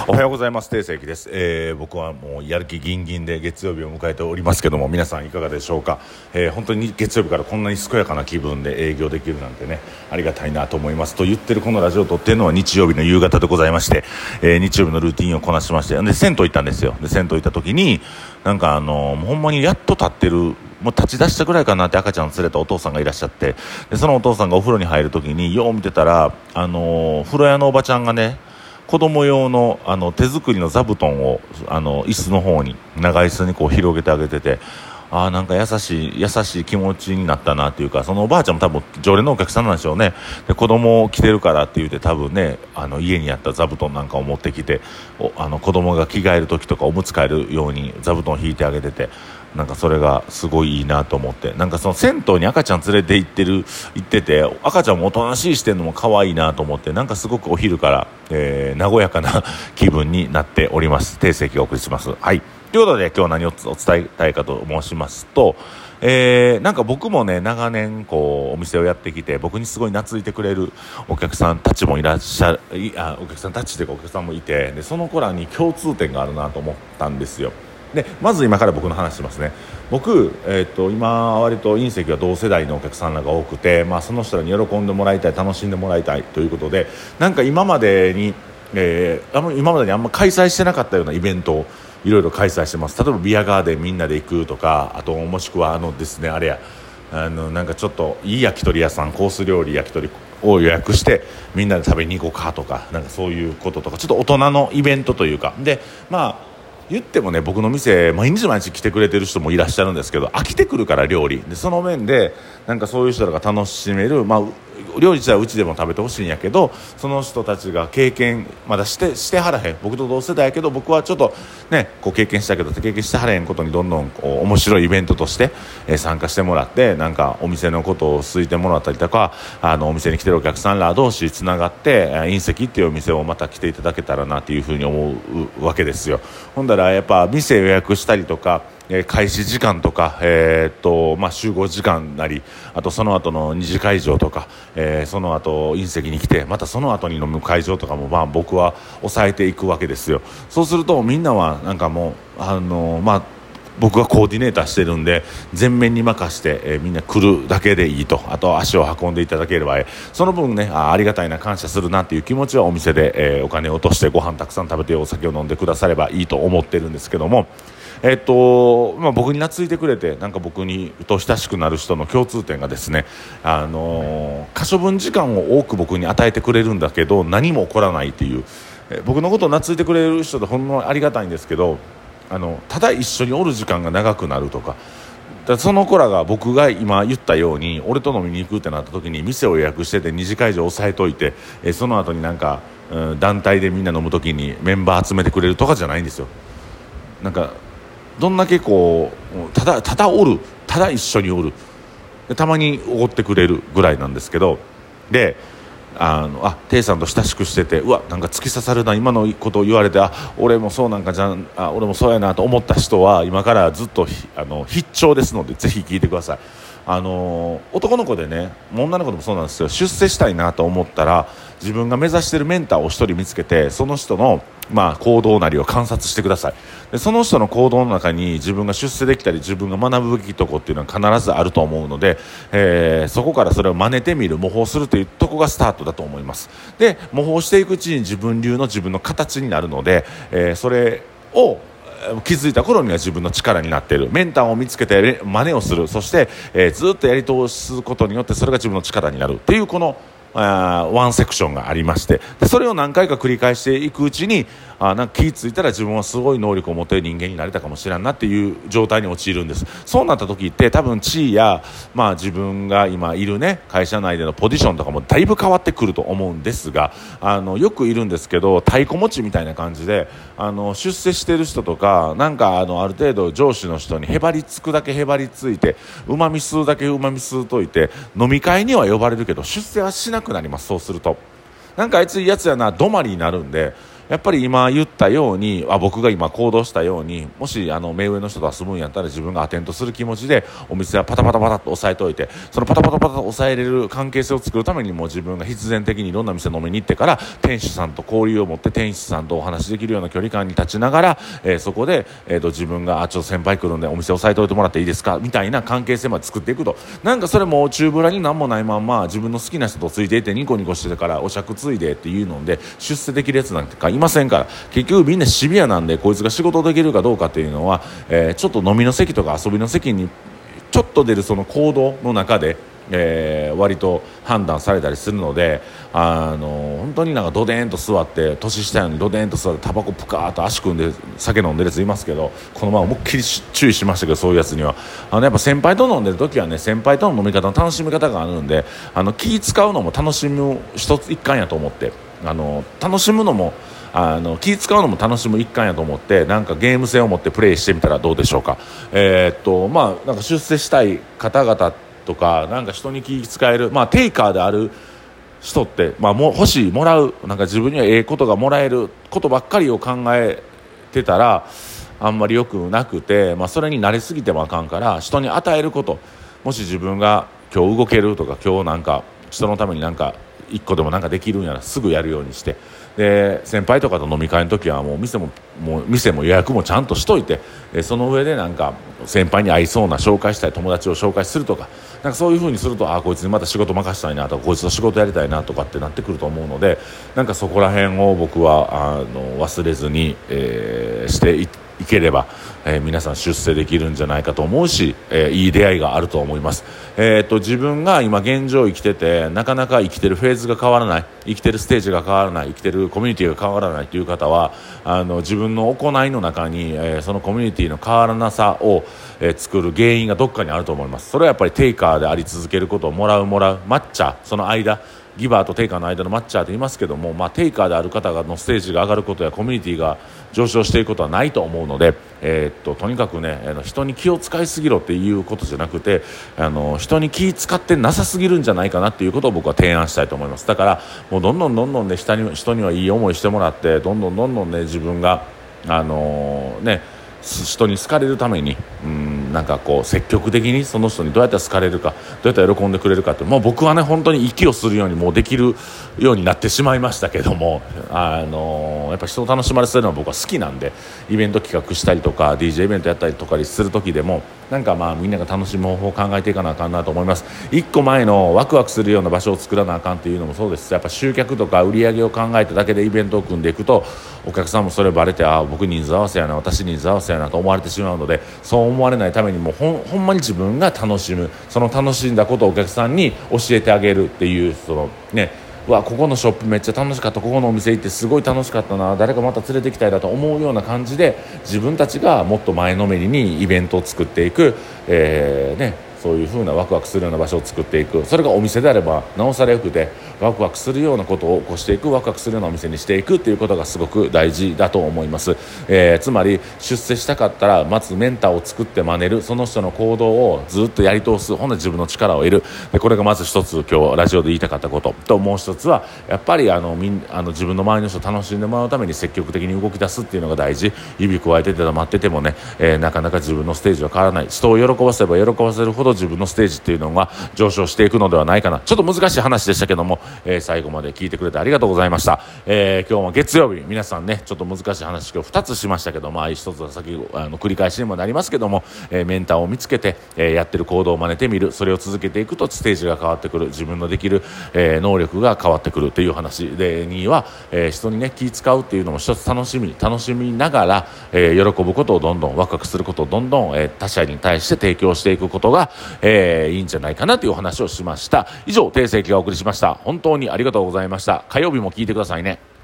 おはようございます。定石です。僕はもうやる気ギンギンで月曜日を迎えておりますけども、皆さんいかがでしょうか。本当に月曜日からこんなに健やかな気分で営業できるなんてね、ありがたいなと思います。と言ってるこのラジオを撮ってるのは日曜日の夕方でございまして、日曜日のルーティンをこなしまして、で銭湯行ったんですよ。で銭湯行った時になんかほんまにやっと立ってる、もう立ち出したぐらいかなって赤ちゃん連れたお父さんがいらっしゃって、でそのお父さんがお風呂に入る時によう見てたら、風呂屋のおばちゃんがね、子供用の手作りの座布団を椅子の方に長椅子にこう広げてあげてて、なんか優しい気持ちになったなっていうか、そのおばあちゃんも多分常連のお客さんなんでしょうね。で子供来てるからって言って多分ね、家にあった座布団なんかを持ってきて、子供が着替える時とかおむつ替えるように座布団を引いてあげてて、なんかそれがすごいいいなと思って、なんかその銭湯に赤ちゃん連れて行ってて、赤ちゃんもおとなしいしてるのも可愛いなと思って、なんかすごくお昼から、和やかな気分になっております。定石をお送りします。はい。ということで今日何をお伝えたいかと申しますと、なんか僕もね、長年こうお店をやってきて、僕にすごい懐いてくれるお客さんたちもいらっしゃる、お客さんたちというかお客さんもいて、でその子らに共通点があるなと思ったんですよ。でまず今から僕の話しますね。僕、今割と隕石は同世代のお客さんらが多くて、その人らに喜んでもらいたい、楽しんでもらいたいということで、なんか今までにあんま開催してなかったようなイベントをいろいろ開催してます。例えばビアガーデンみんなで行くとか、あともしくはですね、あれやなんかちょっといい焼き鳥屋さん、コース料理焼き鳥を予約してみんなで食べに行こうかとか、なんかそういうこととか、ちょっと大人のイベントというかで、言ってもね、僕の店毎日来てくれてる人もいらっしゃるんですけど、飽きてくるから料理で、その面でなんかそういう人らが楽しめる、料理自体はうちでも食べてほしいんやけど、その人たちが経験まだしてはらへん、僕と同世代やけど僕はちょっとねこう経験したけど経験してはらへんことにどんどんこう面白いイベントとして、参加してもらって、なんかお店のことを好いてもらったりとか、お店に来てるお客さんら同士つながって隕石っていうお店をまた来ていただけたらなっていうふうに思うわけですよ。ほんだらやっぱ店予約したりとか、開始時間とか、集合時間なり、あとその後の二次会場とか、その後隕石に来てまたその後に飲む会場とかも僕は抑えていくわけですよ。そうするとみんなはなんかもう僕がコーディネーターしてるんで全面に任して、みんな来るだけでいいと、あと足を運んでいただければ、その分ねありがたいな、感謝するなっていう気持ちはお店で、お金を落としてご飯たくさん食べてお酒を飲んでくださればいいと思ってるんですけども、僕に懐いてくれてなんか僕にと親しくなる人の共通点がですね、可処分時間を多く僕に与えてくれるんだけど何も起こらないっていう、僕のことを懐いてくれる人でほんのありがたいんですけど、ただ一緒におる時間が長くなるとか、その子らが僕が今言ったように俺と飲みに行くってなった時に店を予約してて二次会場を押さえといて、その後になんか、団体でみんな飲む時にメンバー集めてくれるとかじゃないんですよ。なんかどんだけこうただおる、ただ一緒におる、でたまにおごってくれるぐらいなんですけど、でテイさんと親しくしてて、うわなんか突き刺さるな今のことを言われて、俺もそうなんか俺もそうやなと思った人は今からずっと必聴ですのでぜひ聞いてください。男の子でね、女の子でもそうなんですよ。出世したいなと思ったら自分が目指してるメンターを一人見つけて、その人の行動なりを観察してください。でその人の行動の中に自分が出世できたり自分が学ぶべきとこっていうのは必ずあると思うので、そこからそれを真似てみる、模倣するというとこがスタートだと思います。で模倣していくうちに自分流の自分の形になるので、それを気づいた頃には自分の力になっている。メンターを見つけて真似をする、そして、ずっとやり通すことによってそれが自分の力になるっていうこのワンセクションがありまして、でそれを何回か繰り返していくうちになんか気づいたら自分はすごい能力を持っている人間になれたかもしれんなっていう状態に陥るんです。そうなった時って多分地位や、自分が今いるね会社内でのポジションとかもだいぶ変わってくると思うんですが、よくいるんですけど太鼓持ちみたいな感じで出世してる人とかなんかある程度上司の人にへばりつくだけへばりついてうまみ吸うだけうまみ吸うといて飲み会には呼ばれるけど出世はしなくなります。そうするとなんかあいついいやつやな止まりになるんで、 やっぱり今言ったように僕が今行動したように、もし目上の人と遊ぶんやったら自分がアテンドする気持ちでお店はパタパタパタっと押さえておいて、そのパタパタパタと抑えれる関係性を作るためにも自分が必然的にいろんな店飲みに行ってから店主さんと交流を持って店主さんとお話しできるような距離感に立ちながら、そこで、自分がちょっと先輩来るんでお店押さえておいてもらっていいですかみたいな関係性まで作っていくと、なんかそれも中ぶらになんもないまんま自分の好きな人とついていてニコニコしてからお酌ついでっていうので出世できるやつなんてかいませんから、結局みんなシビアなんで、こいつが仕事できるかどうかっていうのは、ちょっと飲みの席とか遊びの席にちょっと出るその行動の中で、割と判断されたりするので、本当になんかドデーンと座って年下よにドデーンと座ってタバコプカーッと足組んで酒飲んでるやついますけど、この前思いっきり注意しましたけど、そういうやつにはやっぱ先輩と飲んでる時はね、先輩との飲み方の楽しみ方があるんで、気使うのも楽しむ一環やと思って、楽しむのも気使うのも楽しむ一環やと思って、なんかゲーム性を持ってプレイしてみたらどうでしょうか。なんか出世したい方々とか、なんか人に気使える、テイカーである人って、もう欲しいもらう、なんか自分にはことがもらえることばっかりを考えてたらあんまり良くなくて、それに慣れすぎてもあかんから、人に与えること、もし自分が今日動けるとか、今日なんか人のためになんか一個でもなんかできるんやらすぐやるようにして、で先輩とかと飲み会の時はもう店も予約もちゃんとしといて、その上でなんか先輩に合いそうな紹介したい友達を紹介するとか、なんかそういう風にすると、こいつにまた仕事任せたいなとか、こいつと仕事やりたいなとかってなってくると思うので、なんかそこら辺を僕は忘れずに、していければ、皆さん出世できるんじゃないかと思うし、いい出会いがあると思います。自分が今現状生きててなかなか生きてるフェーズが変わらない、生きてるステージが変わらない、生きてるコミュニティが変わらないという方は、自分の行いの中に、そのコミュニティの変わらなさを、作る原因がどっかにあると思います。それはやっぱりテイカーであり続けることを、もらうマッチャー、その間、ギバーとテイカーの間のマッチャーと言いますけども、テイカーである方のステージが上がることやコミュニティが上昇していくことはないと思うので、とにかくね、人に気を使いすぎろっていうことじゃなくて、人に気使ってなさすぎるんじゃないかなっていうことを僕は提案したいと思います。だからもうどんどんね、人にはいい思いしてもらって、どんどんね、自分が人に好かれるために、なんかこう積極的にその人にどうやったら好かれるか、どうやったら喜んでくれるかって、もう僕はね本当に息をするようにもうできるようになってしまいましたけども、やっぱ人を楽しませるのは僕は好きなんで、イベント企画したりとか DJ イベントやったりとかする時でも、なんかみんなが楽しむ方法を考えていかなあかんなと思います。一個前のワクワクするような場所を作らなあかんっていうのもそうです。やっぱ集客とか売り上げを考えただけでイベントを組んでいくと、お客さんもそれバレて、僕人数合わせやな、私人数合わせやなと思われてしまうので、そう思われないためにもほんまに自分が楽しむ、その楽しんだことをお客さんに教えてあげるっていう、そのね、ここのショップめっちゃ楽しかった、ここのお店行ってすごい楽しかったな、誰かまた連れてきたいだと思うような感じで、自分たちがもっと前のめりにイベントを作っていく、そういう風なワクワクするような場所を作っていく、それがお店であればなおさらよくて、ワクワクするようなことを起こしていく、ワクワクするようなお店にしていくっていうことがすごく大事だと思います。つまり出世したかったらまずメンターを作って真似る、その人の行動をずっとやり通す、ほんで自分の力を得る。でこれがまず一つ今日ラジオで言いたかったことと、もう一つはやっぱり自分の周りの人を楽しんでもらうために積極的に動き出すっていうのが大事。指加えてて黙っててもね、なかなか自分のステージは変わらない。人を喜ばせれば喜ばせるほど自分のステージっていうのが上昇していくのではないかな。ちょっと難しい話でしたけども、最後まで聞いてくれてありがとうございました。今日も月曜日、皆さんね、ちょっと難しい話今日2つしましたけども、一つは先繰り返しにもなりますけども、メンターを見つけて、やってる行動を真似てみる、それを続けていくとステージが変わってくる、自分のできる、能力が変わってくるっていう話で、2は、人にね気使うっていうのも一つ楽しみながら、喜ぶことをどんどん、ワクワクすることをどんどん、他者に対して提供していくことが、いいんじゃないかなというお話をしました。以上、定世紀がお送りしました。本当にありがとうございました。火曜日も聞いてくださいね。